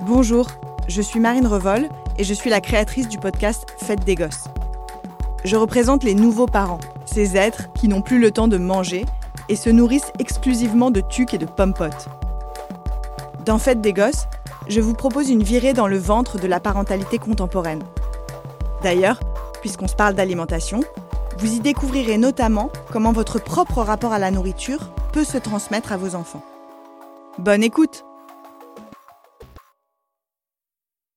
Bonjour, je suis Marine Revol et je suis la créatrice du podcast Fête des Gosses. Je représente les nouveaux parents, ces êtres qui n'ont plus le temps de manger et se nourrissent exclusivement de tucs et de pommes-potes. Dans Fête des Gosses, je vous propose une virée dans le ventre de la parentalité contemporaine. D'ailleurs, puisqu'on se parle d'alimentation, vous y découvrirez notamment comment votre propre rapport à la nourriture peut se transmettre à vos enfants. Bonne écoute!